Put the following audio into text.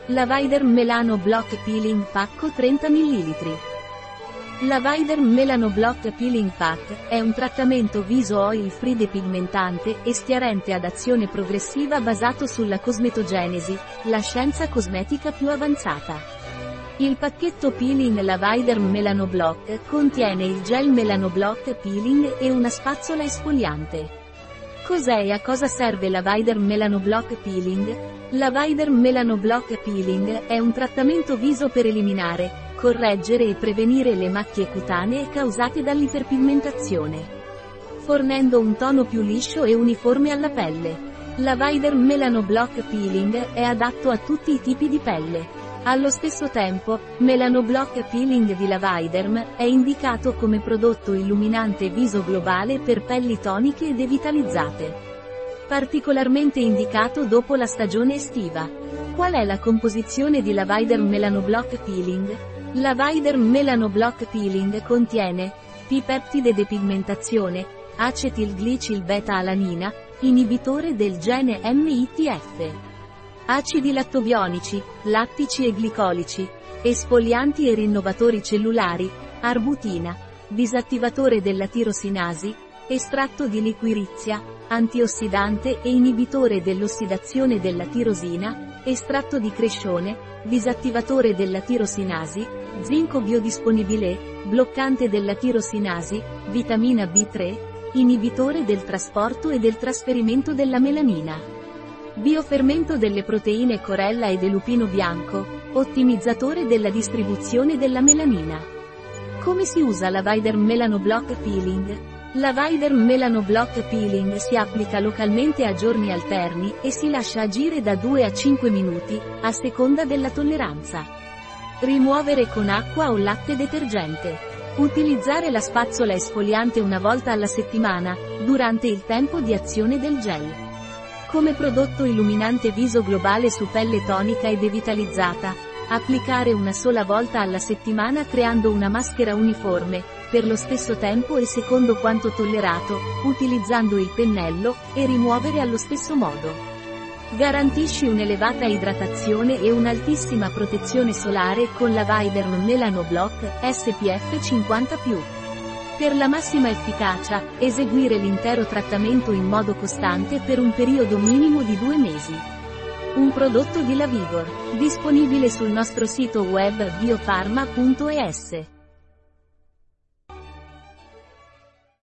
Lavaiderm Melano Block Peeling Pacco 30 ml. Lavaiderm Melano Block Peeling Pack è un trattamento viso oil free depigmentante e schiarente ad azione progressiva basato sulla cosmetogenesi, la scienza cosmetica più avanzata. Il pacchetto Peeling Lavaiderm Melano Block contiene il gel Melano Block Peeling e una spazzola esfoliante. Cos'è e a cosa serve Lavaiderm Melano Block Peeling? Lavaiderm Melano Block Peeling è un trattamento viso per eliminare, correggere e prevenire le macchie cutanee causate dall'iperpigmentazione, fornendo un tono più liscio e uniforme alla pelle. Lavaiderm Melano Block Peeling è adatto a tutti i tipi di pelle. Allo stesso tempo, Melano Block Peeling di Lavaiderm è indicato come prodotto illuminante viso globale per pelli toniche e devitalizzate. Particolarmente indicato dopo la stagione estiva. Qual è la composizione di Lavaiderm Melano Block Peeling? Lavaiderm Melano Block Peeling contiene P-peptide depigmentazione, acetilglicil beta-alanina, inibitore del gene MITF. Acidi lattobionici, lattici e glicolici, esfolianti e rinnovatori cellulari, arbutina, disattivatore della tirosinasi, estratto di liquirizia, antiossidante e inibitore dell'ossidazione della tirosina, estratto di crescione, disattivatore della tirosinasi, zinco biodisponibile, bloccante della tirosinasi, vitamina B3, inibitore del trasporto e del trasferimento della melanina. Biofermento delle proteine Corella e del lupino bianco, ottimizzatore della distribuzione della melanina. Come si usa Lavaiderm Melano Block Peeling? Lavaiderm Melano Block Peeling si applica localmente a giorni alterni e si lascia agire da 2 a 5 minuti, a seconda della tolleranza. Rimuovere con acqua o latte detergente. Utilizzare la spazzola esfoliante una volta alla settimana, durante il tempo di azione del gel. Come prodotto illuminante viso globale su pelle tonica e devitalizzata, applicare una sola volta alla settimana creando una maschera uniforme, per lo stesso tempo e secondo quanto tollerato, utilizzando il pennello, e rimuovere allo stesso modo. Garantisci un'elevata idratazione e un'altissima protezione solare con Lavaiderm Melano Block SPF 50+. Per la massima efficacia, eseguire l'intero trattamento in modo costante per un periodo minimo di 2 mesi. Un prodotto di Lavigor, disponibile sul nostro sito web biofarma.es.